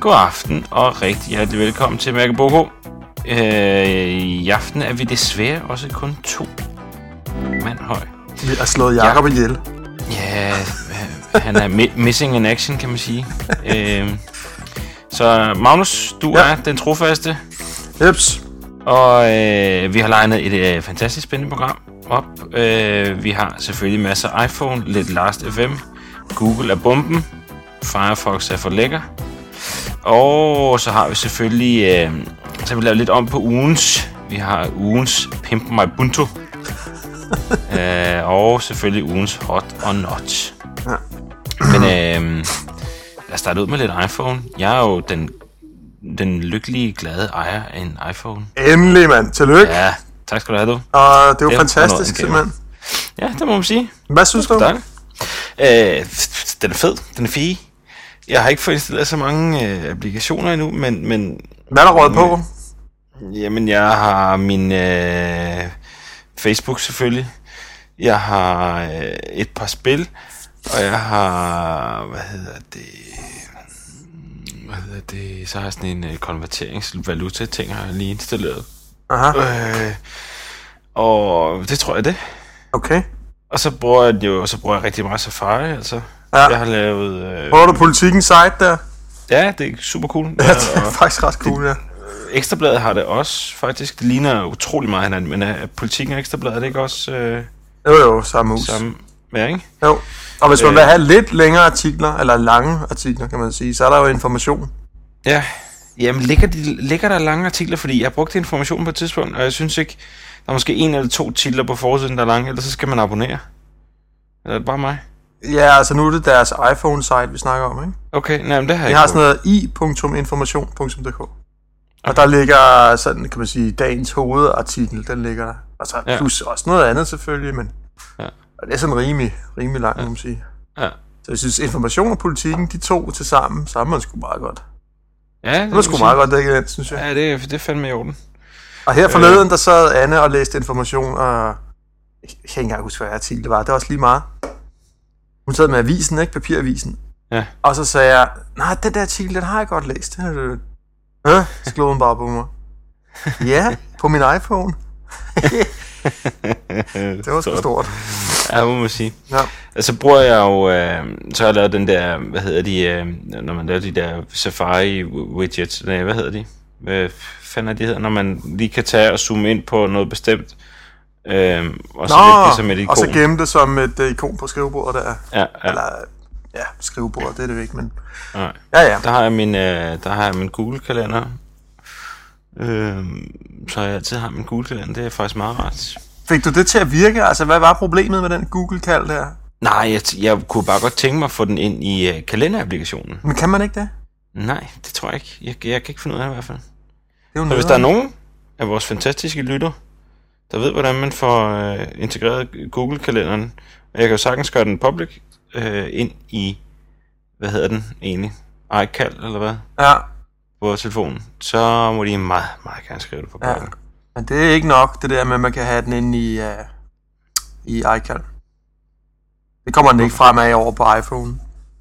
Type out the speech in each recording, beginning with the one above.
God aften og rigtig hjertelig velkommen til Mærke Boko. I aften er vi desværre også kun 2 mand høj. Vi har slået Jakob ihjel. Ja, han er missing in action, kan man sige. Så Magnus, du er den trofaste. Jeps. Og vi har legnet et fantastisk spændende program op. Vi har selvfølgelig masser af iPhone, lidt Last FM, Google er bomben, Firefox er for lækker. Og så har vi selvfølgelig, så har vi lavet lidt om på ugens. Vi har ugens Pimp My Ubuntu. Og selvfølgelig ugens Hot or Not. Ja. Men lad os starte ud med lidt iPhone. Jeg er jo den lykkelige, glade ejer af en iPhone. Endelig, mand. Tillykke. Ja, tak skal du have, du. Og det er jo fantastisk, simpelthen. Ja, det må man sige. Hvad synes du? Den er fed. Den er fie. Jeg har ikke fået installeret så mange applikationer endnu, men hvad er der røget på? Jamen, jeg har min Facebook selvfølgelig. Jeg har et par spil, og jeg har, hvad hedder det, så har jeg sådan en konverteringsvaluta-ting, har jeg lige installeret. Aha. Og det tror jeg det. Okay. Og så bruger jeg rigtig meget Safari, altså. Ja. Jeg har lavet... Bruger du Politikens site der? Ja, det er super cool. Ja, det er faktisk ret cool, ja. Ekstrabladet har det også, faktisk. Det ligner utrolig meget hinanden, men Politikken og Ekstrabladet, er det ikke også... Jo, samme hus. Samme, ja, ikke? Jo. Og hvis man vil have lidt længere artikler, eller lange artikler, kan man sige, så er der jo Information. Ja, jamen ligger der lange artikler, fordi jeg brugte Information på et tidspunkt, og jeg synes ikke, der er måske 1 eller 2 titler på forsiden, der er lange, ellers så skal man abonnere. Eller er det bare mig? Ja, altså nu er det deres iPhone-site, vi snakker om, ikke? Okay, nej, men det har jeg ikke. De har sådan noget i.information.dk. Og der ligger sådan, kan man sige, dagens hovedartikel, den ligger der. Og så plus også noget andet selvfølgelig, men og det er sådan rimelig langt, må man sige. Ja. Så jeg synes, Information og Politikken, de 2 til sammen, så er man sgu meget godt. Ja, det var sgu meget godt, det ikke den, synes jeg. Ja, det er fandme i orden. Og her forleden, der sad Anne og læste Information, og jeg kan ikke engang huske, hvad artikel det var. Det var også lige meget. Hun sad med avisen, ikke? Papiravisen. Ja. Og så sagde jeg, nej, den der artikel, den har jeg godt læst. Så slog hun bare på mig. Ja, på min iPhone. Det var sgu stort. Ja, må man sige. Ja. Altså bruger jeg jo, så har jeg lavet den der, hvad hedder de, når man laver de der Safari widgets, hvad hedder de? Hvad fanden er de hedder, når man lige kan tage og zoome ind på noget bestemt, og så lægge det som et ikon. Og så gemme det som et ikon på skrivebordet der. Ja. Eller, skrivebordet, det er det jo ikke, men... Nej. Ja. Der har jeg min Google-kalender. Så jeg altid har min Google-kalender, det er faktisk meget rart. Fik du det til at virke? Altså, hvad var problemet med den Google-kald der? Nej, jeg kunne bare godt tænke mig at få den ind i kalenderapplikationen. Men kan man ikke det? Nej, det tror jeg ikke. Jeg kan ikke finde ud af det i hvert fald. Det er jo så hvis der er nogen af vores fantastiske lytter, der ved, hvordan man får integreret Google-kalenderen, og jeg kan jo sagtens gøre den public ind i, hvad hedder den egentlig? iCal, eller hvad? Ja. På telefonen. Så må de meget, meget gerne skrive det på bloggen. Ja. Men det er ikke nok, det der med, at man kan have den inde i iCal. Det kommer den ikke fremad over på iPhone.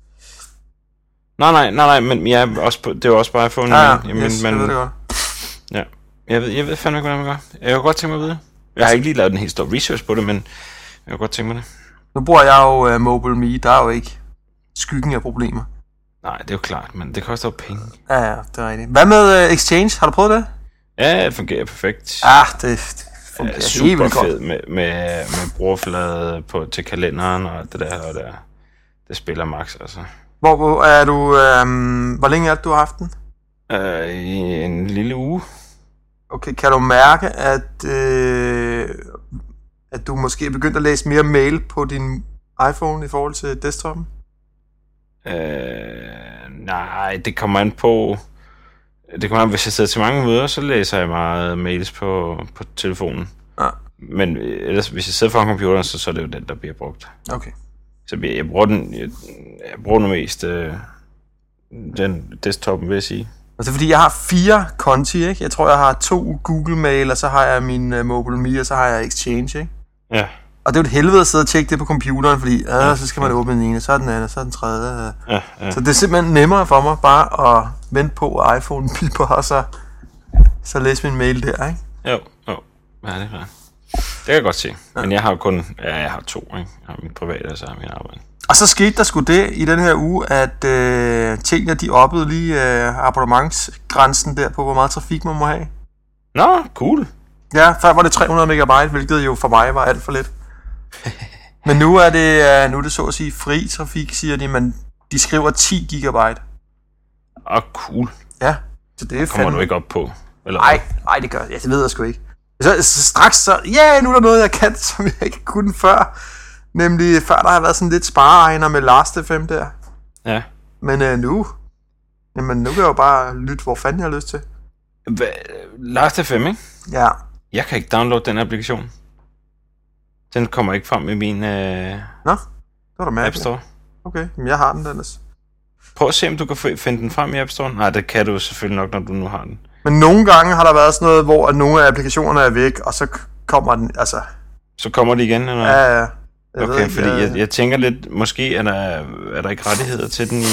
Nej, men det er jo også på iPhone. Ja, jeg ved det godt. Ja, jeg ved fandme ikke, hvordan man gør. Jeg kan godt tænke mig at vide. Jeg har ikke lige lavet en helt stor research på det, men jeg kan godt tænke mig det. Nu bruger jeg jo MobileMe, der er jo ikke skyggen af problemer. Nej, det er jo klart, men det koster jo penge. Ja, det er rigtigt. Hvad med Exchange? Har du prøvet det? Ja, det fungerer perfekt. Det fungerer super fedt med brugerflade til kalenderen og alt det der, og det spiller max, altså. Hvor er du, hvor længe er det, du har haft den? I en lille uge. Okay, kan du mærke, at du måske er begyndt at læse mere mail på din iPhone i forhold til desktopen? Nej, det kommer an på... hvis jeg sidder til mange møder, så læser jeg meget mails på telefonen. Ja. Men ellers, hvis jeg sidder foran computeren, så er det jo den, der bliver brugt. Okay. Så jeg bruger nu mest den desktopen, vil jeg sige. Altså fordi jeg har 4 konti, ikke? Jeg tror, jeg har 2 Google Mail, og så har jeg min MobileMe, og så har jeg Exchange, ikke? Ja. Og det er jo et helvede at sidde og tjekke det på computeren, fordi så skal man åbne den ene, så er den anden, så er den tredje. Ja. Så det er simpelthen nemmere for mig bare at vente på, at iPhone på, og så læse min mail der, ikke? Jo. Ja, det er klart. Det kan jeg godt se. Ja. Men jeg har jo kun... Ja, jeg har 2, ikke? Jeg har mit private, og så har min arbejde. Og så skete der sgu det i den her uge, at Telia, de oppede lige abonnementsgrænsen der på, hvor meget trafik man må have. Nå, cool. Ja, før var det 300 megabyte, hvilket jo for mig var alt for lidt. Men nu er det så at sige fri trafik, siger de, men de skriver 10 gigabyte. Cool. Ja, så det er fandme... Kommer du ikke op på? Nej, det gør jeg. Det ved jeg sgu ikke. Så straks nu er der noget, jeg kan, som jeg ikke kunne før. Nemlig før der har været sådan lidt spareegner med Last.fm der. Ja. Men nu kan jeg jo bare lytte, hvor fanden jeg har lyst til. Last.fm, ikke? Ja. Jeg kan ikke downloade den applikation. Den kommer ikke frem i min Nå, det var da mærkeligt. App Store. Okay, men jeg har den ellers. Prøv at se, om du kan finde den frem i App Store. Nej, det kan du selvfølgelig nok, når du nu har den. Men nogle gange har der været sådan noget, hvor nogle af applikationerne er væk, og så kommer den, altså... Så kommer de igen, eller? Ja. Okay, fordi jeg tænker lidt, måske er der ikke rettigheder til den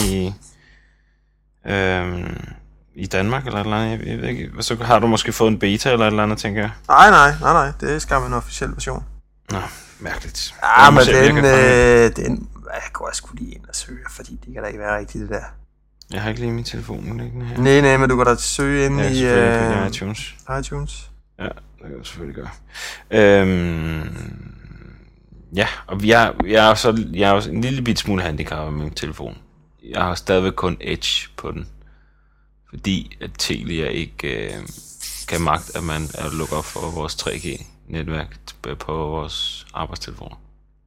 i Danmark, eller et eller andet, jeg ved ikke. Så har du måske fået en beta, eller et eller andet, tænker jeg. Nej, det skal være en officiel version. Nå, mærkeligt. Ja, men den jeg går sgu lige ind og søge, fordi det kan da ikke være rigtigt, det der. Jeg har ikke lige min telefon liggende her. Nej, men du kan da søge ind i iTunes. iTunes. Ja, det kan jeg selvfølgelig gøre. Ja, og jeg er også en lille bit smule handicappet med min telefon. Jeg har stadigvæk kun Edge på den. Fordi at Telia ikke kan magte, at man lukker op for vores 3G-netværk på vores arbejdstelefoner.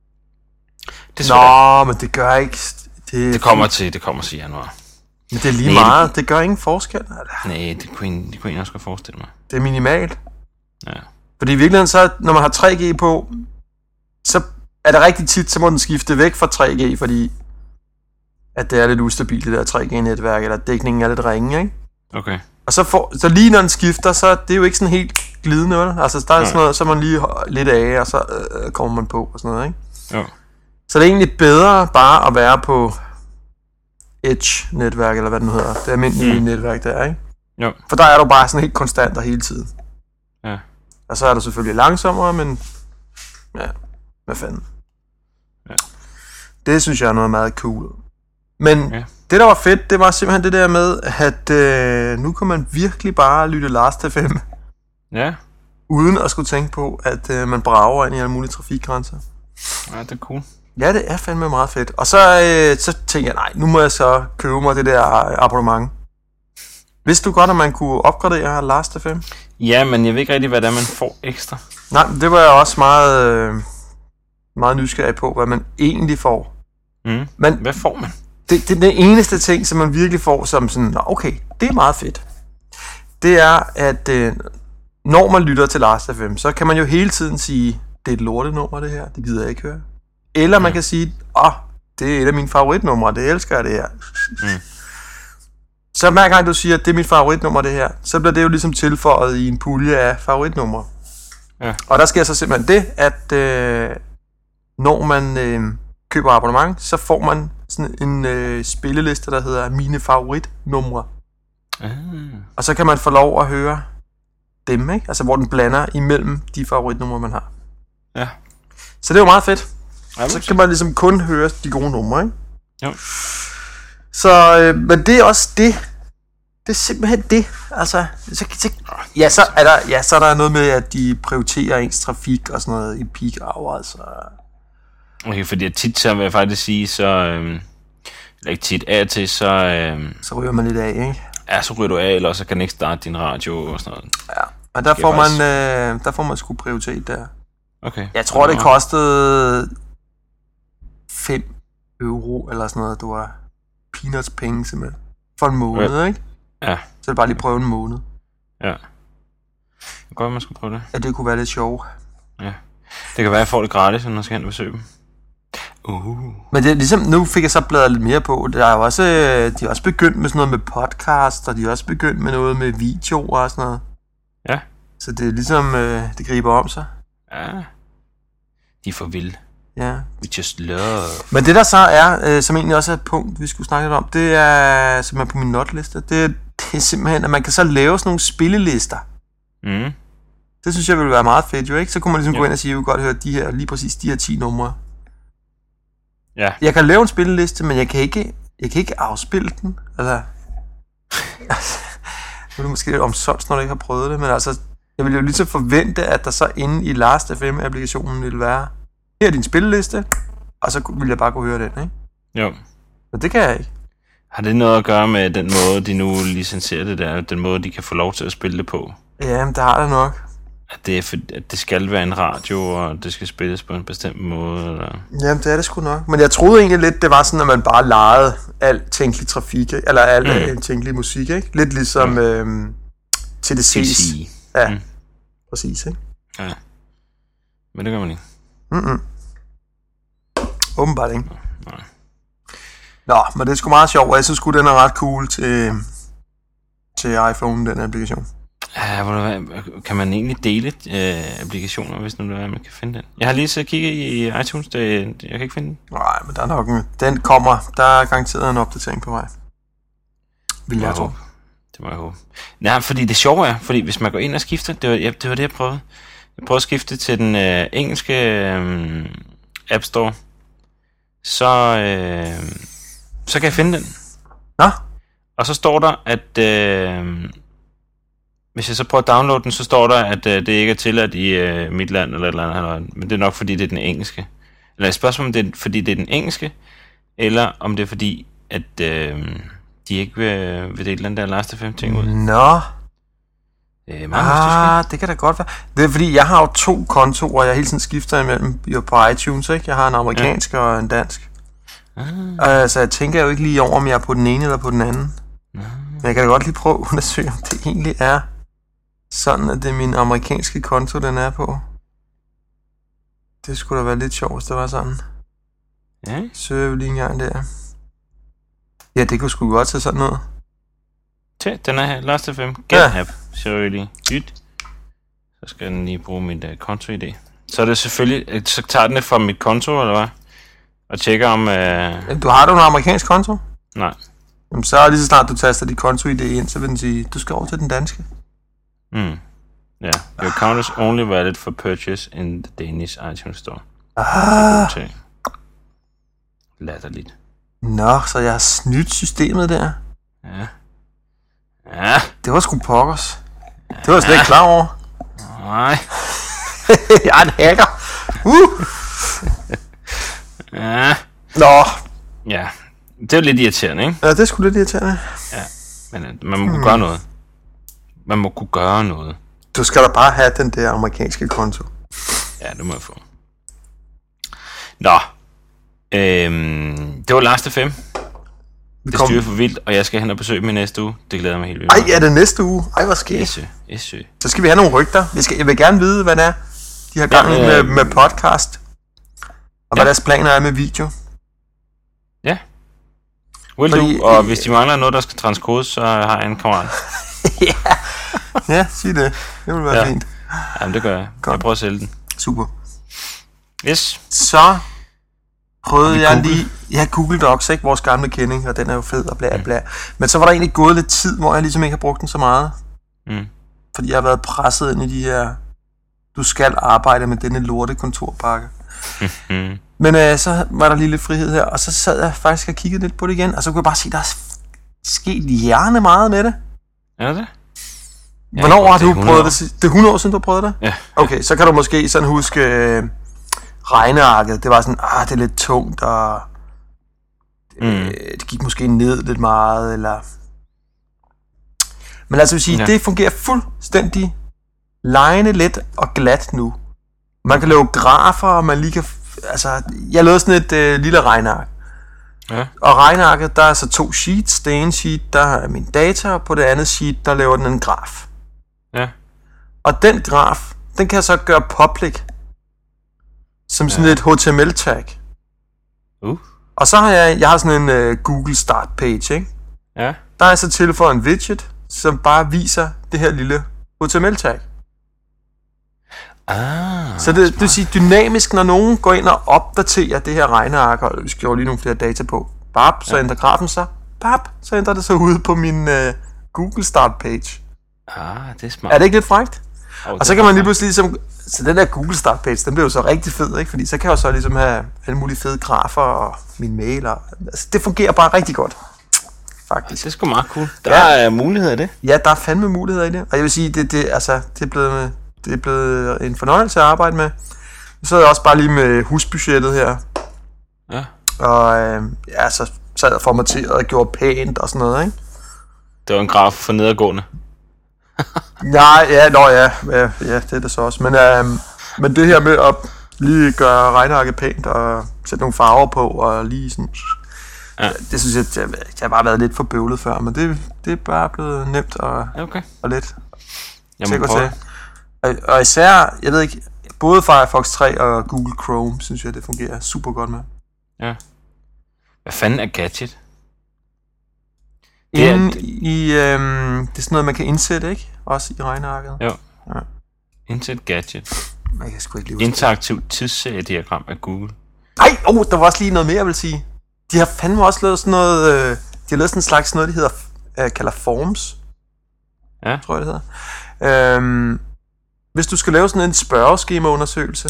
Nå, men det gør ikke... Det kommer til januar. Men det er lige meget. Det gør ingen forskel. Nej, det kunne jeg også godt forestille mig. Det er minimalt. Ja. Fordi i virkeligheden, så når man har 3G på, så er det rigtig tit, så må den skifte væk fra 3G, fordi at det er lidt ustabilt, det der 3G-netværk, eller dækningen er lidt ringe, ikke? Okay. Og så lige når den skifter, så det er jo ikke sådan helt glidende, vel? Altså, der er sådan noget, så er man lige lidt af, og så kommer man på, og sådan noget, ikke? Jo. Så det er egentlig bedre bare at være på Edge-netværk, eller hvad det nu hedder. Det almindelige netværk der, ikke? Jo. For der er du bare sådan helt konstant der hele tiden. Ja. Og så er du selvfølgelig langsommere, men... Ja, hvad fanden. Ja. Det synes jeg er noget meget cool. Men det, der var fedt, det var simpelthen det der med, at nu kan man virkelig bare lytte Last.fm. Ja. Uden at skulle tænke på, at man brager ind i alle mulige trafikgrænser. Ja, det er cool. Ja, det er fandme meget fedt. Og så tænkte jeg, nej, nu må jeg så købe mig det der abonnement. Vidste du godt, at man kunne opgradere Last.fm? Ja, men jeg ved ikke rigtig, hvad det er, man får ekstra. Nej, det var jeg også meget nysgerrig på, hvad man egentlig får. Men hvad får man? Det er den eneste ting, som man virkelig får, som sådan, okay, det er meget fedt. Det er, at når man lytter til Last.fm, så kan man jo hele tiden sige, det er et lortenummer det her, det gider jeg ikke høre. Eller man kan sige, det er et af mine favoritnumre, det elsker jeg det her. Så hver gang du siger, at det er mit favoritnummer det her, så bliver det jo ligesom tilføjet i en pulje af favoritnumre. Ja. Og der sker så simpelthen det, at når man køber abonnement, så får man sådan en spilleliste, der hedder mine favoritnumre. Og så kan man få lov at høre dem, ikke? Altså hvor den blander imellem de favoritnumre, man har. Ja. Så det er jo meget fedt. Så kan man ligesom kun høre de gode numre, ikke? Jo. Så, men det er også det. Det er simpelthen det. Altså, så er der noget med, at de prioriterer ens trafik og sådan noget i peak hours. Okay, fordi tit, så vil jeg faktisk sige, så... eller ikke tit, af til, så ryger man lidt af, ikke? Ja, så ryger du af, eller så kan den ikke starte din radio og sådan noget. Ja, men der får man sgu prioritet der. Okay. Jeg tror, det kostede 5 euro eller sådan noget. Det var peanuts penge simpelthen. For en måned, ikke? Ja. Så det bare lige prøve en måned. Ja. Det godt, man skulle prøve det. Ja, det kunne være lidt sjovt. Ja. Det kan være, at jeg får det gratis, når jeg skal hen og besøge dem. Men det er ligesom, nu fik jeg så bladret lidt mere på. Der er jo også, de er også begyndt med sådan noget med podcast, og de er også begyndt med noget med videoer og sådan noget. Ja. Så det er ligesom, det griber om sig. Ja. De er for vilde. Ja. We just love. Men det der så er, som egentlig også er et punkt, vi skulle snakke lidt om, det er, som er på min notliste, det er simpelthen, at man kan så lave sådan nogle spillelister. Mm. Det synes jeg ville være meget fedt, jo ikke? Så kunne man ligesom gå ind og sige, jeg vil godt høre lige præcis de her 10 numre. Ja. Jeg kan lave en spilleliste, men jeg kan ikke afspille den. Altså, nu er det måske lidt omsonst, når du ikke har prøvet det, men altså, jeg vil jo lige så forvente, at der så inde i Last.fm-applikationen vil være, her er din spilleliste, og så vil jeg bare kunne høre den, ikke? Jo. Men det kan jeg ikke. Har det noget at gøre med den måde, de nu licenserer det der, den måde, de kan få lov til at spille det på? Ja, men det har det nok. At det skal være en radio, og det skal spilles på en bestemt måde, eller? Jamen, det er det sgu nok. Men jeg troede egentlig lidt, det var sådan, at man bare legede al tænkelig trafik, eller al tænkelig musik, ikke? Lidt ligesom TDC's. Ja, præcis, ikke? Ja. Men det gør man ikke. Åbenbart ikke. Nej. Nå, men det er sgu meget sjovt, og jeg synes sgu, den er ret cool til iPhone, den applikation. Ja, kan man egentlig dele applikationer, hvis nu man kan finde den? Jeg har lige så kigget i iTunes, jeg kan ikke finde den. Nej, men der er nok den kommer. Der er garanteret en opdatering på vej. Vil jeg tro. Det må jeg håbe. Nej, fordi det sjove er, fordi hvis man går ind og skifter, det var det, jeg prøvede. Jeg prøvede at skifte til den engelske App Store, så kan jeg finde den. Nå? Og så står der, at hvis jeg så prøver at downloade den, så står der, at det ikke er tilladt i mit land eller et eller andet. Men det er nok, fordi det er den engelske. Eller et spørgsmål, om det er, fordi det er den engelske, eller om det er fordi, at de ikke vil dele den der Last.fm ting ud. Nå. Det kan da godt være. Det er fordi, jeg har jo 2 kontoer, jeg hele tiden skifter imellem på iTunes, ikke? Jeg har en amerikansk og en dansk. Så jeg tænker jo ikke lige over, om jeg er på den ene eller på den anden. Men jeg kan da godt lige prøve at undersøge, om det egentlig er sådan, at det er min amerikanske konto, den er på. Det skulle da være lidt sjovt, hvis det var sådan. Ja. Søger vi lige en gang der. Ja, det kunne sgu godt se sådan noget. Den er her, Last.fm, Get-app, selvfølgelig. Nyt. Så skal den lige bruge mit konto-ID. Så er det selvfølgelig, så tager den det fra mit konto, eller hvad? Og tjekker om... Du har en amerikansk konto? Nej. Jamen så lige så snart du taster dit konto-ID ind, så vil den sige, du skal over til den danske. Ja, your account is only valid for purchase in the Danish iTunes Store. Latterligt. Nå, så jeg har snydt systemet der. Ja. Det var sgu pokkers. Det var jeg slet ikke klar over. Nej. Jeg er en hacker. Ja. Nå. Ja, det er jo lidt irriterende, ikke? Ja, det er sgu lidt irriterende. Ja, men man må kunne gøre noget. Man må kunne gøre noget. Du skal da bare have den der amerikanske konto. Ja, det må jeg få. Nå. Det var Last.fm. Det styrer for vildt, og jeg skal hen og besøge dem i næste uge. Det glæder mig helt vildt. Ej, er det næste uge? Ej, hvor skægt. Yes. Så skal vi have nogle rygter. Jeg vil gerne vide, hvad det er, de har gang med podcast. Og hvad deres planer er med video. Ja. Will do, og hvis de mangler noget, der skal transkodes, så har jeg en kammerat. Ja, sig det. Det vil være fint. Jamen, det gør jeg. Godt. Jeg prøver at sælge den. Super. Yes. Så prøvede jeg lige... Ja, Google Docs, ikke? Vores gamle kending, og den er jo fed og bla. Men så var der egentlig gået lidt tid, hvor jeg ligesom ikke har brugt den så meget. Fordi jeg har været presset ind i de her... Du skal arbejde med denne lorte kontorpakke. Men så var der lige lidt frihed her, og så sad jeg faktisk og kiggede lidt på det igen, og så kunne jeg bare se, der er sket hjerne meget med det. Er det? Hvornår har du prøvet det? Det er 100 år siden, du har prøvet det? Ja. Okay, så kan du måske sådan huske regnearket. Det var sådan, det er lidt tungt, og det gik måske ned lidt meget, eller... Men altså vil sige, det fungerer fuldstændig lejende let og glat nu. Man kan lave grafer, og man lige kan... Altså, jeg lavede sådan et lille regneark. Ja. Og regnearket, der er så 2 sheets. Det ene sheet, der er min data, og på det andet sheet, der laver den en graf. Ja. Og den graf, den kan jeg så gøre public. Som sådan et HTML-tag. Og så har jeg har sådan en Google Start page, ikke? Ja. Der er så tilføjet en widget, som bare viser det her lille HTML-tag. Så det vil sige dynamisk, når nogen går ind og opdaterer det her regneark, og vi skal jo lige nogle flere data på, så ændrer grafen sig, så ændrer det sig ud på min Google Start page. Det er smart. Er det ikke lidt frækt? Og så kan man lige pludselig ligesom, så den der Google Start page, den bliver jo så rigtig fed, ikke? Fordi så kan jeg jo så ligesom have alle mulige fede grafer og min mail, og altså, det fungerer bare rigtig godt. Faktisk. Det er sgu meget cool. Der er muligheder i det. Ja, der er fandme muligheder i det. Og jeg vil sige, det er blevet en fornøjelse at arbejde med. Så sad jeg også bare lige med husbudgettet her. Ja. Og så sad jeg formateret og gjorde pænt og sådan noget, ikke? Det var en graf for nedadgående. Nej, ja, det er det så også. Men det her med at lige gøre regnearket pænt og sætte nogle farver på og lige sådan... Ja. Det synes jeg har bare været lidt for bøvlet før, men det er bare blevet nemt og let. Og især, jeg ved ikke, både Firefox 3 og Google Chrome, synes jeg, det fungerer super godt med. Ja. Hvad fanden er Gadget? Det er sådan noget, man kan indsætte, ikke? Også i regnearket. Jo. Ja. Indsæt Gadget. Jeg kan sgu ikke lige interaktivt tidsseriediagram af Google. Nej, der var også lige noget mere, jeg vil sige. De har fandme også lavet sådan noget, de har lavet sådan en slags noget, de hedder, kalder forms. Ja. Tror jeg, det hedder. Hvis du skal lave sådan en spørgeskemaundersøgelse,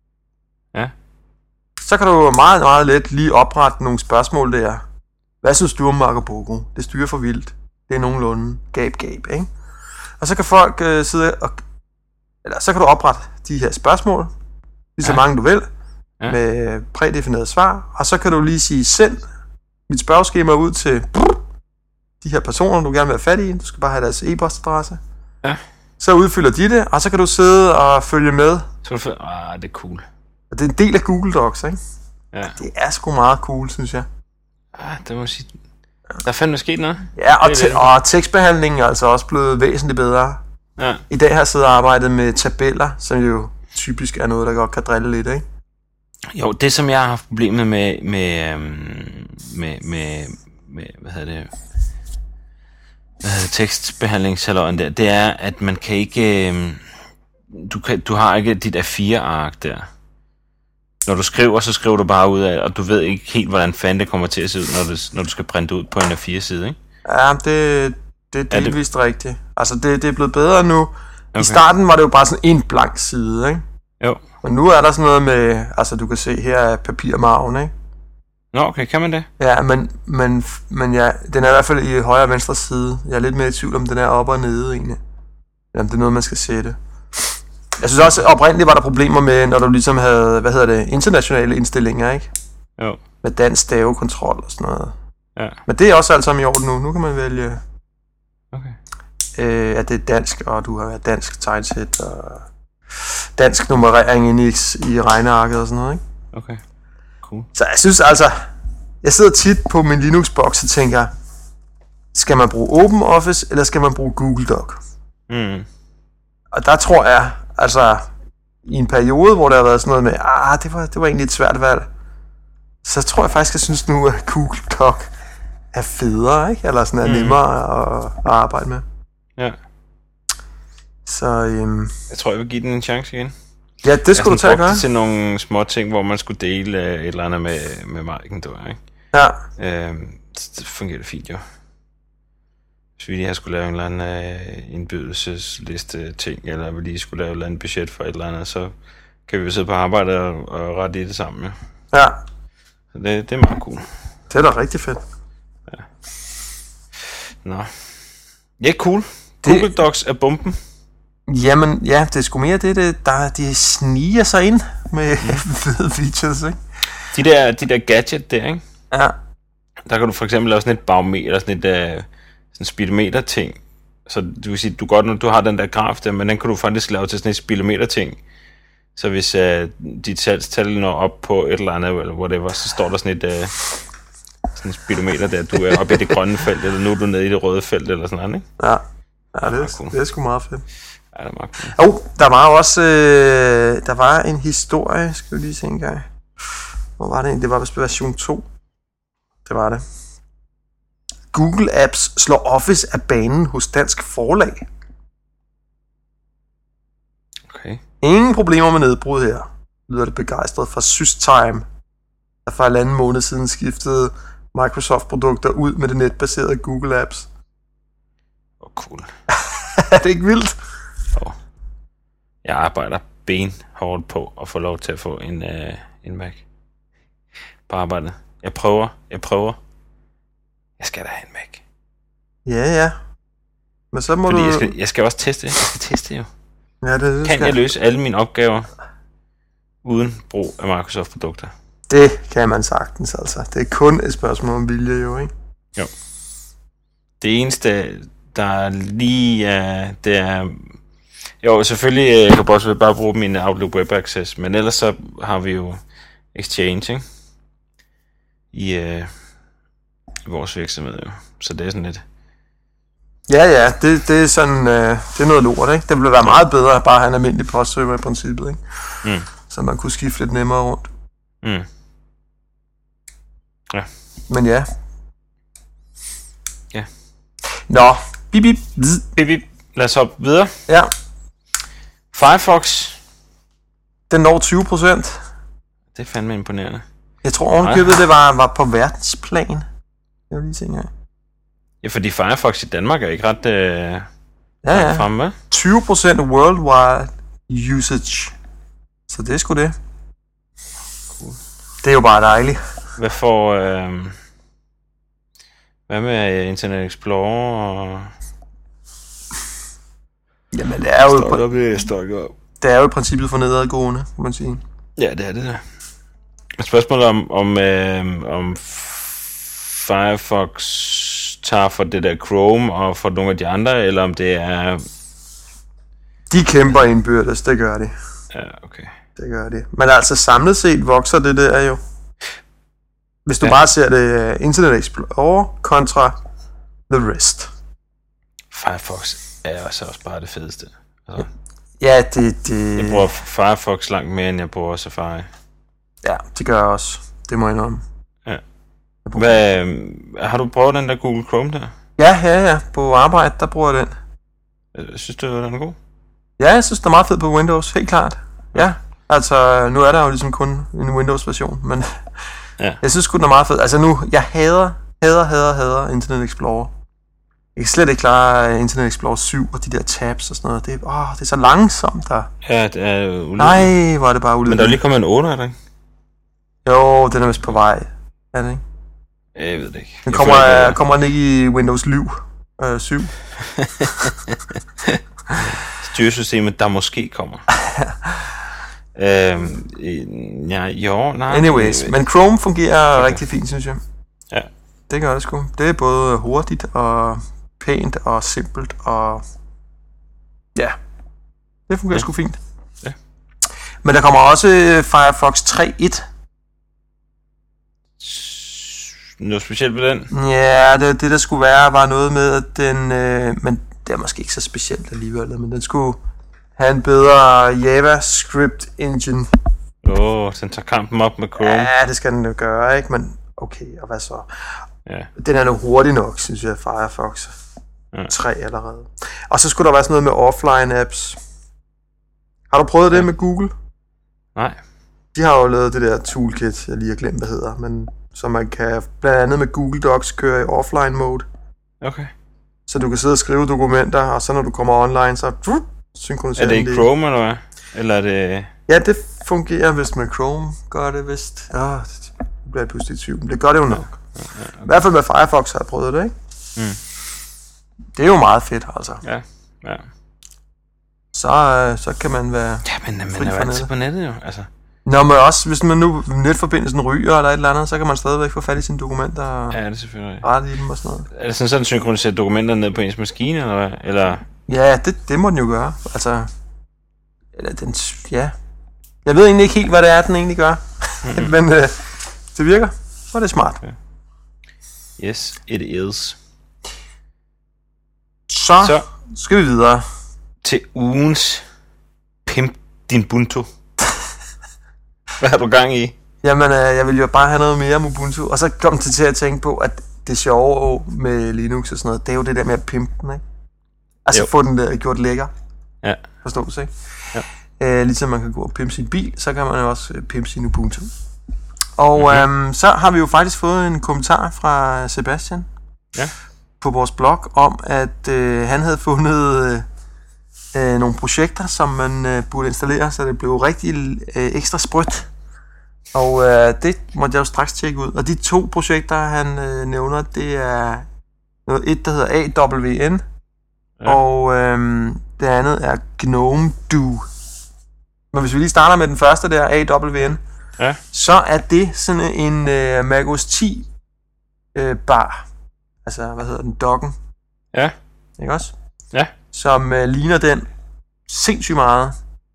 så kan du meget, meget let lige oprette nogle spørgsmål der. Hvad synes du om Marco Polo? Det styrer for vildt. Det er nogenlunde gab, ikke? Og så kan folk sidde og... Eller så kan du oprette de her spørgsmål, lige så mange du vil, med prædefineret svar. Og så kan du lige sige, send mit spørgeskema ud til de her personer, du gerne vil have fat i. Du skal bare have deres e-postadresse. Ja. Så udfylder de det, og så kan du sidde og følge med. Det er cool. Og det er en del af Google Docs, ikke? Ja. Det er sgu meget cool, synes jeg. Det må jeg sige. Der er fandme sket noget. Ja, og tekstbehandlingen er altså også blevet væsentligt bedre. Ja. I dag har jeg siddet og arbejdet med tabeller, som jo typisk er noget, der godt kan drille lidt, ikke? Jo, det som jeg har haft problemet med hvad hedder det tekstbehandlingshalløjen der, det er, at man kan ikke, du har ikke dit A4-ark der. Når du skriver, så skriver du bare ud af, og du ved ikke helt, hvordan fanden det kommer til at se ud, når du skal printe ud på en A4-side, ikke? Ja, det er delvist rigtigt. Altså, det er blevet bedre nu. Okay. I starten var det jo bare sådan en blank side, ikke? Jo. Og nu er der sådan noget med, altså du kan se, her er papirmarven, ikke? Nå, okay, kan man det? Ja, men ja, den er i hvert fald i højre og venstre side. Jeg er lidt mere i tvivl, om den er oppe og nede, egentlig. Eller om det er noget, man skal sætte. Jeg synes også, oprindeligt var der problemer med, når du ligesom havde, internationale indstillinger, ikke? Jo. Med dansk stavekontrol og sådan noget. Ja. Men det er også alt sammen i orden nu. Nu kan man vælge, okay. at det er dansk, og du har dansk tegnsæt og dansk nummerering inde i regnearket og sådan noget, ikke? Okay, cool. Så jeg synes altså, jeg sidder tit på min Linux-boks og tænker, skal man bruge OpenOffice, eller skal man bruge Google Doc? Mm. Og der tror jeg, altså, i en periode, hvor der har været sådan noget med, det var egentlig et svært valg, så tror jeg faktisk, jeg synes nu, at Google Doc er federe, ikke? Eller sådan er nemmere at arbejde med. Ja. Så, jeg tror, jeg vil give den en chance igen. Ja, det skulle du tage at gøre. Til nogle små ting, hvor man skulle dele et eller andet med Marken, ikke? Ja. Det fungerer fint, jo. Hvis vi lige skulle lave en eller anden indbydelsesliste ting, eller vi lige skulle lave et eller andet budget for et eller andet, så kan vi sidde på arbejde og rette i det sammen, jo. Ja. Så det er meget cool. Det er da rigtig fedt. Ja. Nå. Ja, cool. Google Docs er bomben. Jamen, ja, det er sgu mere de sniger sig ind med fede features, ikke? De der gadget der, ikke? Ja. Der kan du for eksempel lave sådan et barometer, sådan et speedometer ting. Så du vil sige, du har den der graf der, men den kan du faktisk lave til sådan et speedometer ting. Så hvis dit salgstal når op på et eller andet, eller whatever, så står der sådan et speedometer der, du er oppe i det grønne felt, eller nu er du nede i det røde felt, eller sådan noget, ikke? Ja, det er sgu meget fedt. Ja, det er meget cool. Der var også der var en historie, skal vi lige se en gang. Hvor var det egentlig? Det var vist version 2. Det var det. Google Apps slår Office af banen hos Dansk Forlag. Okay. Ingen problemer med nedbrud her, lyder det begejstret fra SysTime, der for 1,5 måned siden skiftede Microsoft-produkter ud med det netbaserede Google Apps. Cool. Er det ikke vildt? Jeg arbejder benhårdt på at få lov til at få en Mac. På arbejdet. Jeg prøver. Jeg skal da have en Mac. Ja. Men så må fordi jeg skal også teste. Jeg skal teste jo. Ja, det kan jeg løse alle mine opgaver uden brug af Microsoft-produkter? Det kan man sagtens, altså. Det er kun et spørgsmål om vilje, jo, ikke? Jo. Det eneste, der lige er, det er... Jo, selvfølgelig jeg kan bare bruge min Outlook Web Access, men ellers så har vi jo Exchange, ikke? I vores virksomhed, jo. Så det er sådan lidt... Ja, det er sådan, det er noget lort, ikke? Det ville være meget bedre at bare have en almindelig postserver i princippet, ikke? Mm. Så man kunne skifte lidt nemmere rundt. Mm. Ja. Men ja. Ja. Nå, bip. Lad os hoppe videre. Ja. Firefox. Den når 20%. Det er fandme imponerende. Jeg tror ovenkøbet, det var på verdensplan. Jeg vil lige se engang. Ja, fordi Firefox i Danmark er ikke ret fremme, hva'? 20% worldwide usage. Så det er sgu det. Cool. Det er jo bare dejligt. Hvad får... hvad med Internet Explorer og... Jamen, det er jo... Det er jo i princippet for nedadgående, kan man sige. Ja, det er det der. Spørgsmålet om Firefox tager for det der Chrome og for nogle af de andre, eller om det er... De kæmper indbyrdes, det gør de. Ja, okay. Det gør de. Men altså samlet set vokser det der jo. Hvis du bare ser det Internet Explorer kontra the rest. Firefox er også bare det fedeste. Altså, ja, det... Jeg bruger Firefox langt mere, end jeg bruger Safari. Ja, det gør jeg også. Det må jeg indrømme. Ja. Har du prøvet den der Google Chrome der? Ja. På arbejde, der bruger jeg den. Synes du, den er god? Ja, jeg synes, den er meget fed på Windows, helt klart. Ja, altså nu er der jo ligesom kun en Windows-version, men jeg synes sgu, den er meget fed. Altså nu, jeg hader Internet Explorer. Jeg kan slet ikke klare Internet Explorer 7 og de der tabs og sådan noget. Det er så langsomt der. Ja, det er ulydeligt. Nej, hvor er det bare ulydeligt. Men der er lige kommet en 8, er det ikke? Jo, den er vist på vej. Er det ikke? Jeg ved det ikke. Den kommer den ikke i Windows Liv 7? Styresystemet, der måske kommer. Nej. Anyways, men Chrome fungerer rigtig fint, synes jeg. Ja. Det gør det sgu. Det er både hurtigt og pænt og simpelt og... Ja. Det fungerer sgu fint. Ja. Men der kommer også Firefox 3.1. Noget specielt ved den? Ja, det der skulle være, var noget med, at den... men det er måske ikke så specielt alligevel, men den skulle have en bedre JavaScript engine. Den tager kampen op med Chrome. Ja, det skal den jo gøre, ikke? Men okay, og hvad så? Ja. Den er nu hurtig nok, synes jeg, Firefox 3 allerede. Og så skulle der være sådan noget med offline apps. Har du prøvet det med Google? Nej. De har jo lavet det der toolkit, jeg lige har glemt, hvad hedder, men så man kan blandt andet med Google Docs køre i offline mode. Okay. Så du kan sidde og skrive dokumenter, og så når du kommer online, så synkroniserer det. Er det i Chrome, eller hvad? Eller er det... Ja, det fungerer vist med Chrome, gør det vist. Det bliver pludselig i tvivl. Det gør det jo nok. Ja, okay. I hvert fald med Firefox har jeg prøvet det, ikke? Mm. Det er jo meget fedt, altså. Ja. Så kan man være... Ja, men man er jo altid på nettet jo, altså. Nå, men også, hvis man nu netforbindelsen ryger eller et eller andet, så kan man stadigvæk få fat i sine dokumenter og det er selvfølgelig. rette i dem og sådan noget. Er det sådan, at den synkroniserer dokumenter ned på ens maskine, eller hvad? Eller... Ja, det må den jo gøre. Altså, eller den, ja. Jeg ved egentlig ikke helt, hvad det er, den egentlig gør. Mm-hmm. Men det virker. Så er det smart. Okay. Yes, it is. Så skal vi videre. Til ugens Pimp din Ubuntu. Hvad har du gang i? Jamen, jeg vil jo bare have noget mere om Ubuntu. Og så kom det til at tænke på, at det sjove med Linux og sådan noget, det er jo det der med at pimpe den, ikke? Altså få den der gjort lækker. Ja. Forstås, ikke? Ligesom man kan gå og pimpe sin bil, så kan man jo også pimpe sin Ubuntu. Og så har vi jo faktisk fået en kommentar fra Sebastian på vores blog om, at han havde fundet nogle projekter, som man burde installere, så det blev rigtig ekstra sprødt. Og det måtte jeg jo straks tjekke ud. Og de 2 projekter, han nævner, det er et, der hedder AWN, og det andet er GNOME Do. Men hvis vi lige starter med den første der, AWN, så er det sådan en macOS 10 bar. Altså, hvad hedder den? Docken. Ja. Ikke også? Ja. Som ligner den sindssygt meget.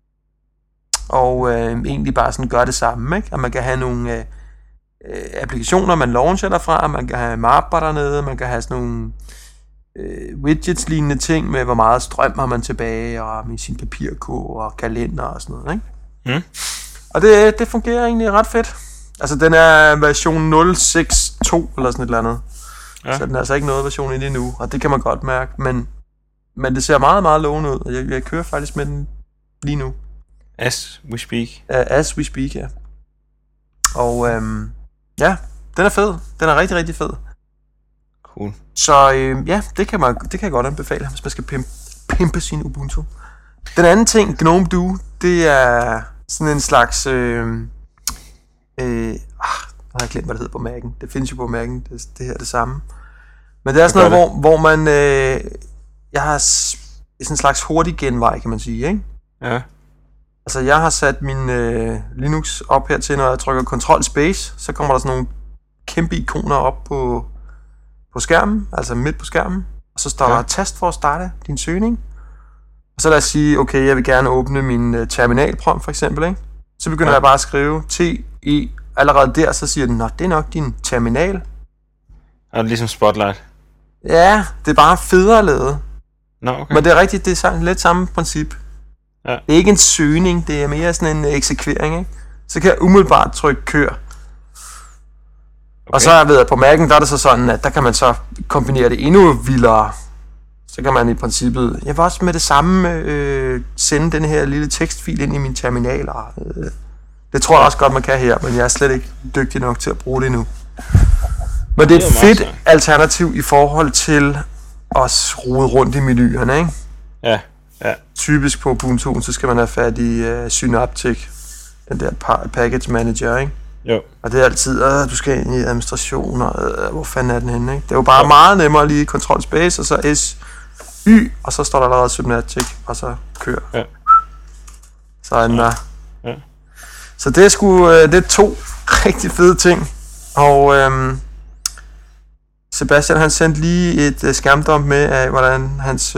Og egentlig bare sådan gør det samme, ikke? Og man kan have nogle applikationer, man launcher derfra, man kan have mapper dernede, man kan have sådan nogle widgets lignende ting med, hvor meget strøm har man tilbage, og med sin papirkurv og kalender og sådan noget, ikke? Og det fungerer egentlig ret fedt. Altså, den er version 0.6.2 eller sådan et eller andet. Ja. Så den er altså ikke noget version ind endnu, og det kan man godt mærke, men det ser meget, meget lovende ud, og jeg kører faktisk med den lige nu. As we speak. As we speak, ja. Og ja, den er fed. Den er rigtig, rigtig fed. Cool. Så ja, det kan jeg godt anbefale, hvis man skal pimpe sin Ubuntu. Den anden ting, GNOME Do, det er sådan en slags... jeg har glemt, hvad det hedder på Mac'en. Det findes jo på Mac'en, det her det samme. Men det er sådan noget, hvor man... jeg har sådan en slags hurtig genvej, kan man sige, ikke? Ja. Altså, jeg har sat min Linux op her til, når jeg trykker Ctrl Space, så kommer der sådan nogle kæmpe ikoner op på skærmen, altså midt på skærmen. Og så står der tast for at starte din søgning. Og så lad os sige, okay, jeg vil gerne åbne min terminalprompt for eksempel, ikke? Så begynder jeg bare at skrive TE. Allerede der, så siger den, nå, det er nok din terminal. Er det ligesom Spotlight? Ja, det er bare federe lavet. Nå, okay. Men det er rigtigt, det er lidt samme princip. Ja. Det er ikke en søgning, det er mere sådan en eksekvering, ikke? Så kan jeg umiddelbart trykke kør. Okay. Og så ved jeg, på Mac'en, der er det så sådan, at der kan man så kombinere det endnu vildere. Så kan man i princippet, jeg vil også med det samme sende den her lille tekstfil ind i min terminal. Det tror jeg også godt, man kan her, men jeg er slet ikke dygtig nok til at bruge det endnu. Men det er et fedt alternativ i forhold til at rode rundt i menuerne, ikke? Ja, ja. Typisk på Ubuntu, så skal man have fat i Synaptic, den der package manager, ikke? Jo. Og det er altid, du skal ind i administration, og hvor fanden er den henne, ikke? Det er jo bare meget nemmere lige Ctrl Space, og så SY, og så står der allerede Synaptic, og så kør. Ja. Så er den der. Ja. Så det er sgu, det er 2 rigtig fede ting, og Sebastian, han sendte lige et skærmdump med af, hvordan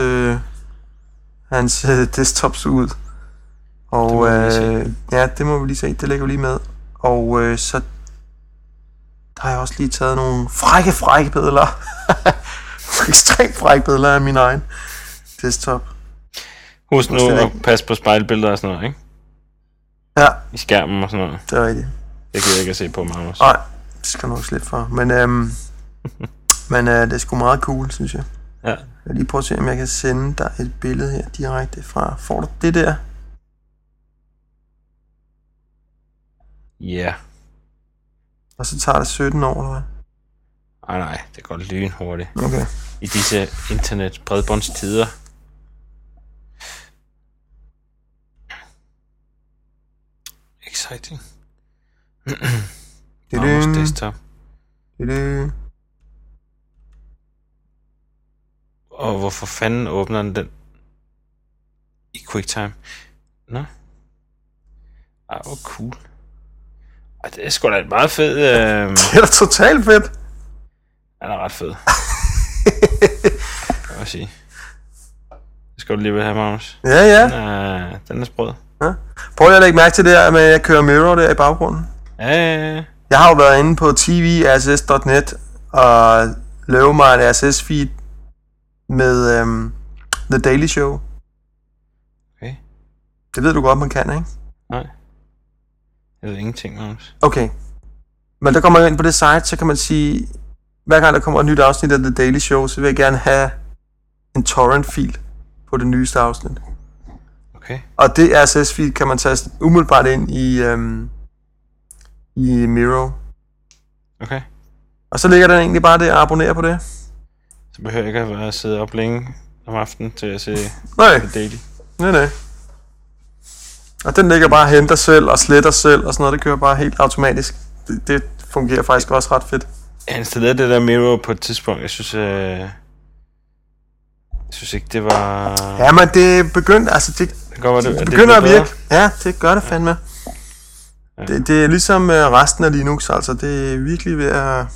hans desktop så ud. Og ja, det må vi lige se, det lægger vi lige med. Og så har jeg også lige taget nogle frække billeder. Ekstremt frække billeder af min egen desktop. Husk nu at passe på spejlbilleder og sådan noget, ikke? Ja. I skærmen og sådan noget. Det er rigtigt. Jeg gider ikke at se på mig også. Nej, det skal nok slippe for. Men det er sgu meget cool, synes jeg. Ja. Jeg vil lige prøve at se, om jeg kan sende dig et billede her direkte fra. Får du det der? Ja. Yeah. Og så tager det 17 år, eller hvad? Nej, det går lynhurtigt. Okay. I disse internet-bredbåndstider. Exciting. Magnus desktop. Og hvorfor fanden åbner den i QuickTime? Nå. Hvor cool. Det er sgu da et meget fed... Det er da totalt fedt. Den er ret fed. Kan jeg sige. Det skal du lige have, Magnus. Ja. Den er sprød. Ja. Prøv lige at lægge mærke til det der med, at jeg kører Mirror der i baggrunden. Ja. Jeg har jo været inde på tvrss.net og lavet mig en RSS-feed med The Daily Show. Okay. Det ved du godt, man kan, ikke? Nej. Jeg ved ingenting, Magnus. Okay. Men der kommer jeg ind på det site, så kan man sige, hver gang der kommer et nyt afsnit af The Daily Show, så vil jeg gerne have en torrent-fil på det nyeste afsnit. Okay. Og det RSS-feed kan man tage umiddelbart ind i Miro. Okay. Og så ligger der egentlig bare det at abonnere på det. Så behøver jeg ikke at sidde op længe om aftenen til at se det daily. Nej. Og den ligger bare og henter selv og sletter selv og sådan noget. Det kører bare helt automatisk. Det fungerer faktisk også ret fedt. Jeg installerede det der Miro på et tidspunkt. Jeg synes ikke, det var... Ja, men det begyndte... Altså, det begynder at virke. Ja, det gør det fandme. Ja. Det er ligesom resten af Linux. Altså, det er virkelig ved at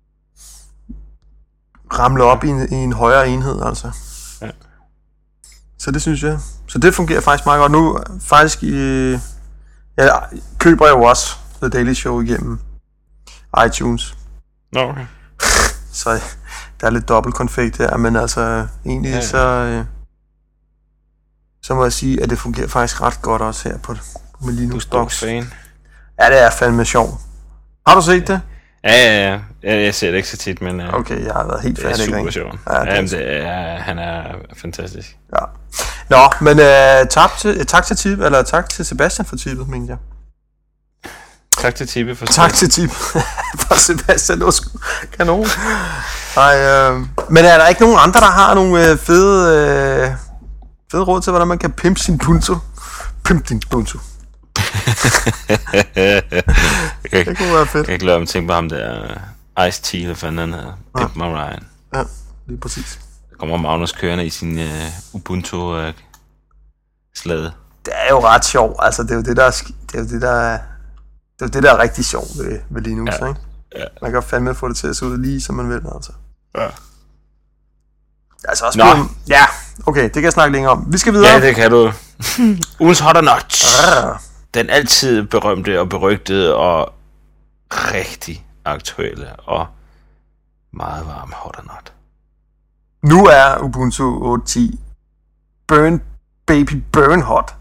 ramle op i en højere enhed, altså. Ja. Så det synes jeg. Så det fungerer faktisk meget godt. Nu faktisk køber jeg jo også The Daily Show igennem iTunes. Okay. Så der er lidt dobbelt konfig der, men altså egentlig så må jeg sige, at det fungerer faktisk ret godt også her på med Linux Box. Ja, det er fandme sjovt. Har du set det? Ja. Jeg ser det ikke så tit, men... Okay, jeg har været helt færdig. Det er super sjovt. Han er fantastisk. Ja. Nå, men tak til Sebastian for tippet, mener jeg. Tak til Tippe for Tak til Tippe for Sebastian. Det var sgu kanon. Men er der ikke nogen andre, der har nogle fede råd til, hvordan man kan pimpe sin Ubuntu? Pimp din Ubuntu. Det kunne være fedt. Jeg kan ikke lade mig tænke på ham der Ice-T, eller hvad han hedder. Pimp My Ryan. Ja, lige præcis. Der kommer Magnus kørende i sin Ubuntu-slade. Det er jo ret sjovt. Altså, det er jo det, der er rigtig sjovt ved Linux, ikke? Ja. Man kan fandme få det til at se ud lige, som man vil, altså. Ja. Altså også ja, okay, det kan jeg snakke længere om. Vi skal videre. Ja, det kan du. Ugens hot or not. Den altid berømte og berygtede og rigtig aktuelle og meget varme hot or not. Nu er Ubuntu 8.10 burn hot.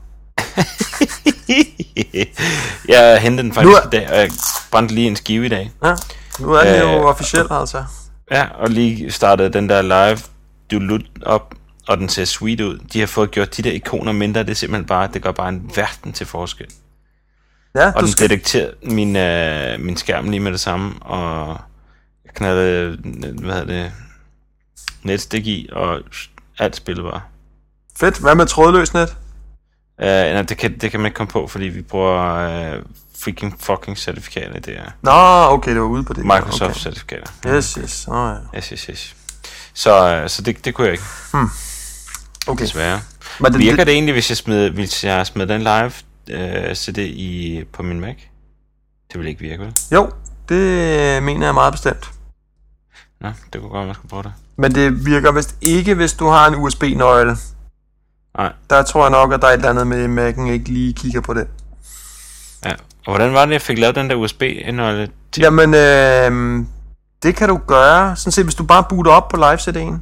Jeg hentede den faktisk i dag, og jeg brændte lige en skive i dag. Ja, nu er den jo officielt, altså. Ja, og lige startede den der live download op, og den ser sweet ud. De har fået gjort de der ikoner mindre, det er simpelthen bare, det gør bare en verden til forskel. Ja, og den detekterer min skærm lige med det samme, og jeg knaldede, netstik i, og alt spillet bare. Fedt, hvad med trådløs net? Nej, det kan man ikke komme på, fordi vi bruger fucking certifikater, det er. Nå, okay, det var ude på det. Microsoft certifikater. Yes. Ja. Yes. Så det kunne jeg ikke. Okay. Desværre. Virker det egentlig, hvis jeg smed den live CD på min Mac? Det vil ikke virke, vel? Jo, det mener jeg meget bestemt. Nå, det kunne godt, man skulle prøve det. Men det virker vist ikke, hvis du har en USB-nøgle. Nej. Der tror jeg nok, at der er et eller andet med Mac'en ikke lige kigger på det. Ja, og hvordan var det, jeg fik lavet den der USB-nøgle til? Jamen, det kan du gøre, sådan set, hvis du bare booter op på live-CD'en.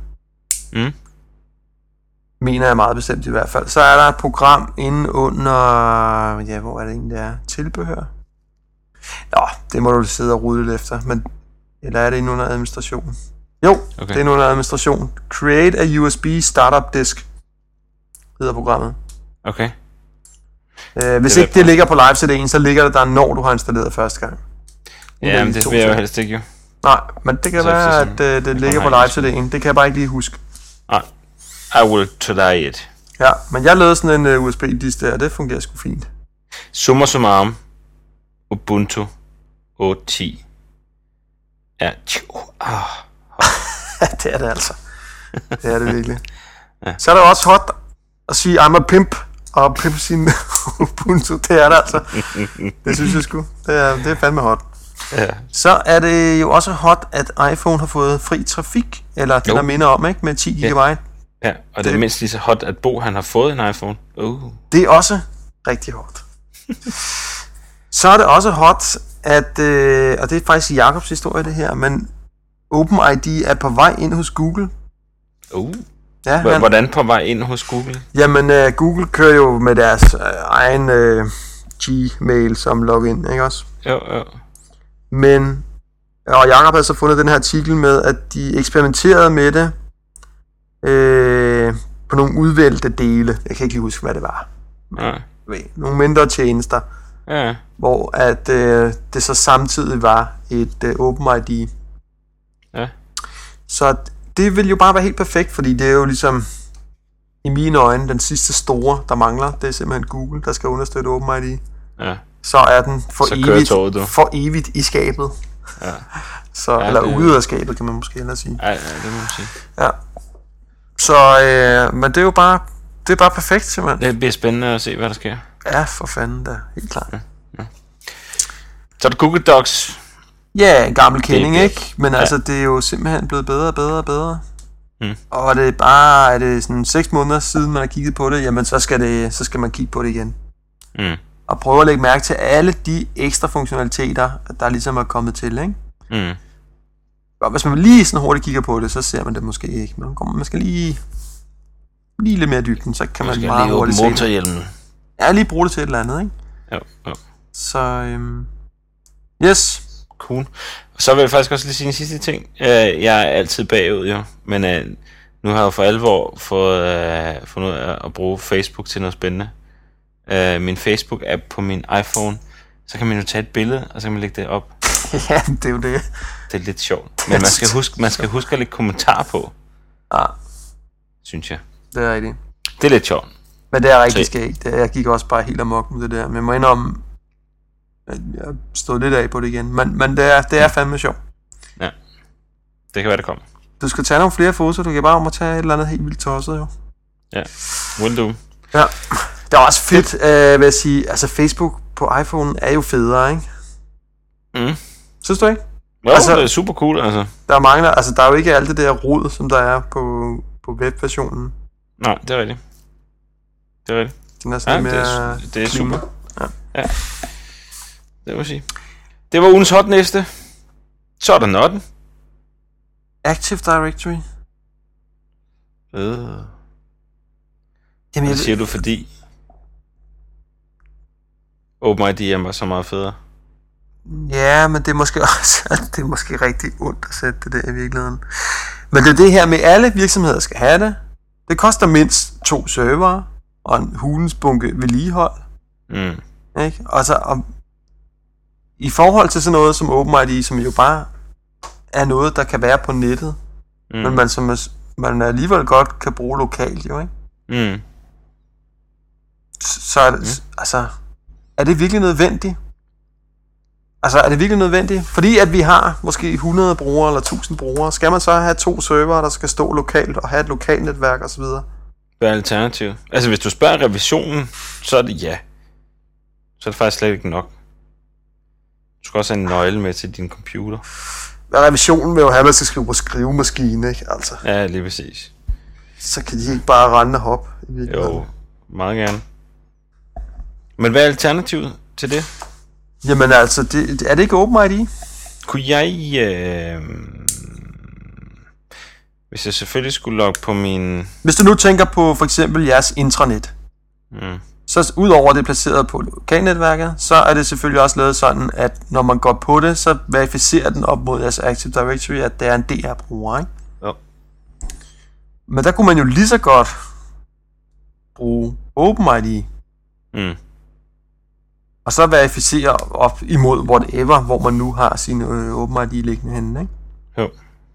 Mener jeg meget bestemt i hvert fald. Så er der et program inde under, ja, hvor er det egentlig, det er? Tilbehør? Nå, det må du sidde og rode lidt efter, men, eller er det inde under administration? Jo, okay. Det er inde under administration. Create a USB startup disk, hedder programmet. Okay. Hvis ikke det ligger på live-CD'en, så ligger det der, når du har installeret første gang. Ja, men det vil jeg jo helst ikke jo. Nej, men det kan være, at det ligger på live-CD'en. Det kan jeg bare ikke lige huske. Nej, I will try it. Ja, men jeg lavede sådan en USB-disk der, og det fungerer sgu fint. Summa summarum, Ubuntu 8.10 er det er det altså. Det er det virkelig. Ja. Så er det også hot at sige, I'm a pimp, og pimp sin Ubuntu. Det er det altså. Det synes jeg sgu. Det er fandme hot. Ja. Så er det jo også hot, at iPhone har fået fri trafik, eller det der minder om, ikke, med 10 GB. Ja, og det er mindst lige så hot, at Bo han har fået en iPhone. Det er også rigtig hot. Så er det også hot, at, og det er faktisk Jakobs historie det her, men OpenID er på vej ind hos Google. Ja, hvordan på vej ind hos Google? Jamen, Google kører jo med deres egen Gmail som login, ikke også? Jo. Men, og Jakob har så fundet den her artikel med, at de eksperimenterede med det på nogle udvalgte dele. Jeg kan ikke lige huske, hvad det var. nogle mindre tjenester, hvor at det så samtidig var et OpenID. Ja. Så det vil jo bare være helt perfekt, fordi det er jo ligesom i mine øjne den sidste store, der mangler. Det er simpelthen Google, der skal understøtte OpenID. Ja. Så er den for evigt i skabet. Ja. Så, eller ude af skabet, kan man måske hellere sige. Ja, det må man sige. Ja. Så, men det er jo bare, perfekt, simpelthen. Det bliver spændende at se, hvad der sker. Ja, for fanden da. Helt klart. Ja. Så er det Google Docs. Ja, en gammel kending, ikke? Men altså, det er jo simpelthen blevet bedre og bedre og bedre. Og det er det sådan 6 måneder siden, man har kigget på det, jamen så skal man kigge på det igen. Og prøve at lægge mærke til alle de ekstra funktionaliteter, der ligesom er kommet til, ikke? Og hvis man lige sådan hurtigt kigger på det, så ser man det måske ikke. Men man skal lige lidt mere dybden, så kan man meget hurtigt se motorhjelmen. Ja, lige bruge det til et eller andet, ikke? Jo. Så, yes. Cool. Så vil jeg faktisk også lige sige en sidste ting. Jeg er altid bagud, jo. Men nu har jeg jo for alvor fundet ud af at bruge Facebook til noget spændende. Min Facebook-app på min iPhone, så kan man jo tage et billede, og så kan man lægge det op. Ja, det er jo det. Det er lidt sjovt. Men man skal huske at lægge kommentar på. Ja. Synes jeg. Det er rigtigt. Det er lidt sjovt. Men det er rigtig skægt. Jeg gik også bare helt amok med det der. Men jeg må indrømme, at jeg stod lidt af på det igen. Men det er fandme sjovt. Ja. Det kan være, det kommer. Du skal tage nogle flere fotos. Du kan bare om at tage et eller andet helt vildt tosset, jo. Ja. Will do. Ja. Det er også fedt, vil jeg sige. Altså, Facebook på iPhone er jo federe, ikke? Synes du ikke? Jo, altså, det er super cool, altså. Der er jo ikke alt det der rod, som der er på webversionen. Nej, det er rigtigt. Den er sådan mere det er super. Ja. Det må sige. Det var ugens hot næste. Så er der notten. Active Directory. Jamen, det siger du, fordi OpenID var så meget federe. Ja, men det er måske også det er måske rigtig ondt at sætte det der i virkeligheden. Men det er det her med, alle virksomheder skal have det. Det koster mindst 2 servere og en hulens bunke vedligehold. Ikke? Og i forhold til sådan noget som OpenID, som jo bare er noget, der kan være på nettet, men man alligevel godt kan bruge lokalt, jo, ikke? Så altså, er det virkelig nødvendigt? Altså, er det virkelig nødvendigt? Fordi at vi har måske 100 brugere eller 1000 brugere, skal man så have 2 servere, der skal stå lokalt og have et lokalt netværk osv.? Hvad er alternativet? Altså, hvis du spørger revisionen, så er det ja. Så er det faktisk slet ikke nok. Du skal også have en nøgle med til din computer. Revisionen vil jo have, at man skal skrive på skrivemaskine, ikke? Altså. Ja, lige præcis. Så kan de ikke bare rende og hoppe. Jo, meget gerne. Men hvad er alternativet til det? Jamen altså, er det ikke OpenID? Kunne jeg... hvis jeg selvfølgelig skulle logge på min... Hvis du nu tænker på for eksempel jeres intranet, så udover det er placeret på lokalnetværket, så er det selvfølgelig også lavet sådan, at når man går på det, så verificerer den op mod jeres Active Directory, at det er en DR-bruger, ikke? Jo. Men der kunne man jo lige så godt bruge OpenID. Og så verificere op imod whatever, hvor man nu har sin OpenID liggende henne, ikke? Jo.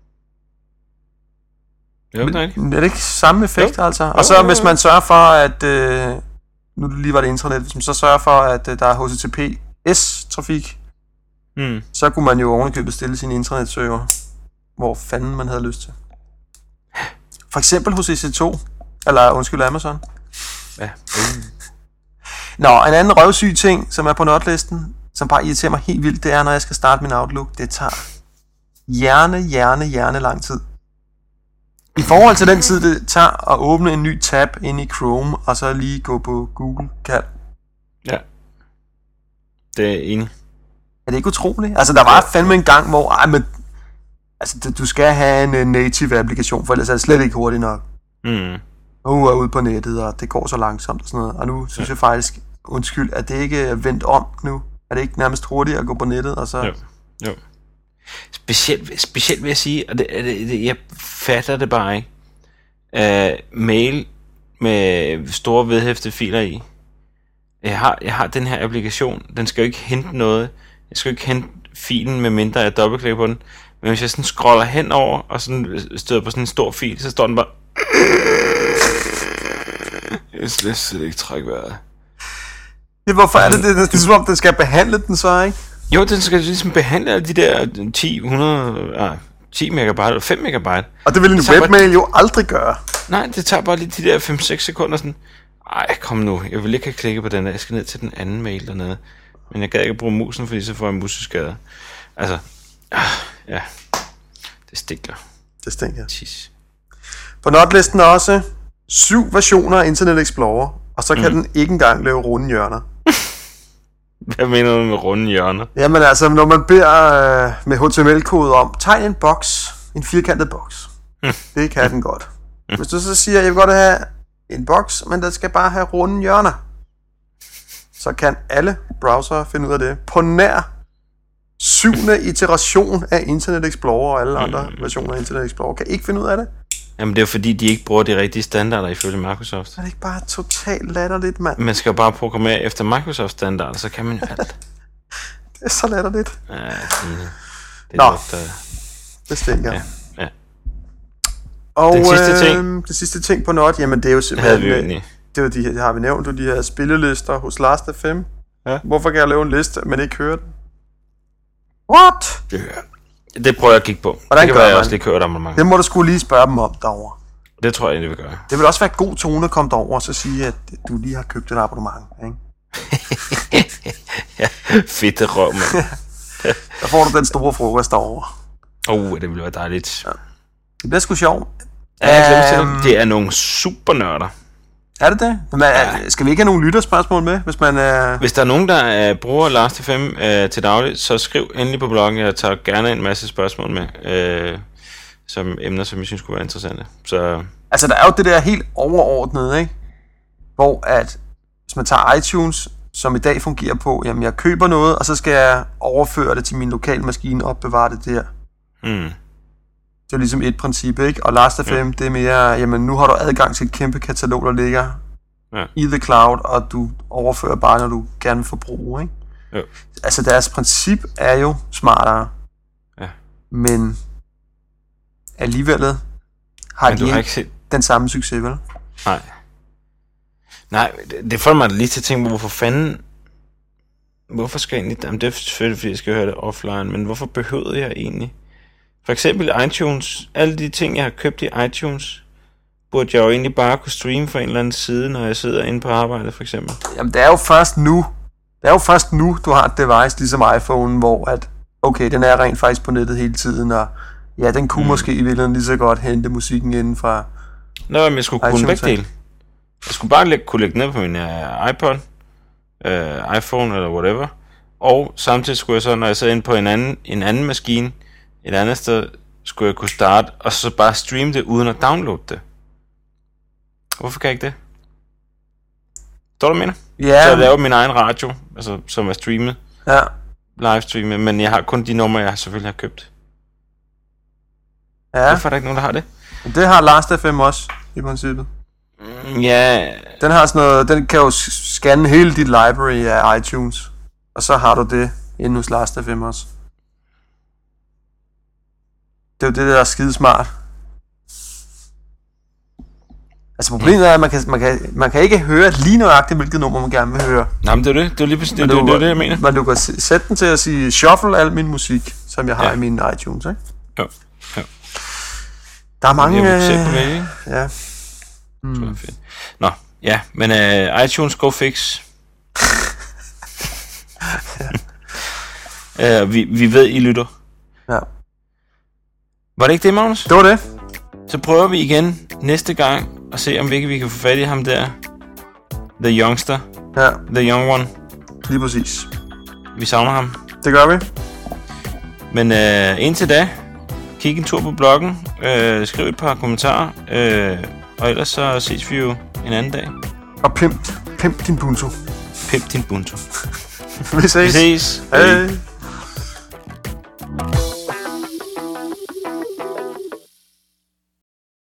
Jo, nej. Men er det ikke samme effekt, altså? Og så hvis man sørger for, at... nu lige var det intranet, hvis man så sørger for, at der er HTTPS-trafik, så kunne man jo ovenikøbet stille sin internetserver, hvor fanden man havde lyst til. For eksempel hos EC2, eller undskyld, Amazon. Ja. Nå, en anden røvsyg ting, som er på notlisten, som bare irriterer mig helt vildt, det er, når jeg skal starte min Outlook, det tager hjerne lang tid. I forhold til den tid, det tager at åbne en ny tab ind i Chrome, og så lige gå på Google-kald. Ja. Det er enig. Er det ikke utroligt? Altså, der var fandme en gang, hvor du skal have en native applikation, for ellers er det slet ikke hurtigt nok. Nu er ude på nettet, og det går så langsomt og sådan noget. Og nu synes jeg faktisk, at det ikke er vendt om nu. Er det ikke nærmest hurtigt at gå på nettet, og så... Jo. Specielt vil jeg sige, og jeg fatter det bare ikke. Mail med store vedhæftede filer i. Jeg har den her applikation. Den skal jo ikke hente noget. Jeg skal jo ikke hente filen, med mindre jeg dobbeltklikker på den. Men hvis jeg sådan scroller henover og sådan støder på sådan en stor fil, så står den bare... Jeg skal slet ikke trække vejret. Ja, hvorfor er det? Det er som om, den skal behandle den så, ikke? Jo, den skal ligesom behandle alle de der 10 megabyte eller 5 megabyte. Og det vil en webmail jo aldrig gøre. Nej, det tager bare lige de der 5-6 sekunder sådan... Ej, kom nu. Jeg vil ikke have klikket på den der. Jeg skal ned til den anden mail dernede. Men jeg gad ikke bruge musen, fordi så får jeg museskade. Altså, ja. Det stinker. Det stinker. Tis. På notlisten er også 7 versioner af Internet Explorer, og så kan den ikke engang lave runde hjørner. Hvad mener du med runde hjørner? Jamen altså, når man beder med HTML-kode om, tegn en boks, en firkantet boks. Det kan den godt. Hvis du så siger, jeg vil godt have en boks, men der skal bare have runde hjørner, så kan alle browsere finde ud af det. På nær 7. iteration af Internet Explorer og alle andre versioner af Internet Explorer kan ikke finde ud af det. Jamen det er jo fordi, de ikke bruger de rigtige standarder ifølge Microsoft. Er det ikke bare totalt latterligt, mand? Man skal jo bare programmere efter Microsoft-standarder, så kan man jo alt. Det er så latterligt. Ja, det Nå, lugter... det stinker. Ja. Og den sidste ting. Det sidste ting på Not, jamen det er jo simpelthen... Det det har vi nævnt, de her spillelister hos Last.fm. Ja. Hvorfor kan jeg lave en liste, men ikke høre den? What? Det prøver jeg at kigge på. Hvordan det kan jeg også lige køre abonnement. Det må du skulle lige spørge dem om derovre. Det tror jeg, det vil gøre. Det vil også være god tone at komme derover og så sige, at du lige har købt et abonnement, ikke? Ja, fedt røv, mand. Der får du den store frokost derovre. Det ville være dejligt. Ja. Det bliver sgu sjovt. Det er nogle supernørder. Er det det? Men, skal vi ikke have nogle lytterspørgsmål med, hvis man er... Hvis der er nogen, der bruger Last.fm til daglig, så skriv endelig på bloggen. Jeg tager gerne en masse spørgsmål med, som emner, som jeg synes kunne være interessante. Så... Altså, der er jo det der helt overordnede, ikke? Hvor at, hvis man tager iTunes, som i dag fungerer på, jamen jeg køber noget, og så skal jeg overføre det til min lokale maskine og opbevare det der. Det er jo ligesom et princip, ikke? Og Last.fm, det er mere, jamen nu har du adgang til et kæmpe katalog, der ligger i the cloud, og du overfører bare, når du gerne vil forbruge, ikke? Jo. Altså deres princip er jo smartere, men alligevel har de ikke den samme succes, vel? Nej, det får mig lige til at tænke på, hvorfor skal jeg egentlig, det er selvfølgelig, fordi jeg skal høre det offline, men hvorfor behøvede jeg egentlig? For eksempel iTunes, alle de ting, jeg har købt i iTunes, burde jeg jo egentlig bare kunne streame fra en eller anden side, når jeg sidder inde på arbejdet, for eksempel. Jamen, det er jo først nu, du har et device, ligesom iPhone, hvor at, okay, den er rent faktisk på nettet hele tiden, og ja, den kunne måske i virkeligheden lige så godt hente musikken inden fra Nå, men jeg skulle kunne begge dele. Jeg skulle bare kunne lægge ned på min iPod, iPhone eller whatever, og samtidig skulle jeg så, når jeg sad inde på en anden maskine, et andet sted, skulle jeg kunne starte, og så bare streame det, uden at downloade det. Hvorfor kan jeg ikke det? Står du, mener? Ja. Så jeg laver min egen radio, altså, som er streamet. Ja. Livestreamet, men jeg har kun de numre, jeg selvfølgelig har købt. Ja. Hvorfor er der ikke nogen, der har det? Det har Last.fm også, i princippet. Ja. Den har sådan noget, den kan jo scanne hele dit library af iTunes, og så har du det inde hos Last.fm også. Det er jo det, der er skidesmart. Altså problemet er, at man kan ikke høre lige nøjagtigt, hvilket nummer man gerne vil høre. Nej, men det er det. Det er lige præcis det, jeg mener. Men du kan sætte den til at sige, shuffle al min musik, som jeg har i mine iTunes, ikke? Jo. Der er mange... Jeg vil sætte på det, ikke? Ja. Det er fedt. Nå, ja, men iTunes go fix. Vi ved, I lytter. Ja. Var det ikke det, Magnus? Det var det. Så prøver vi igen næste gang og se, om vi kan få fat i ham der. The youngster. Ja. The young one. Lige præcis. Vi savner ham. Det gør vi. Men indtil da, kig en tur på bloggen. Skriv et par kommentarer. Og ellers så ses vi jo en anden dag. Og pimp din bunto. Pimp din bunto. Vi ses. Vi ses. Hej.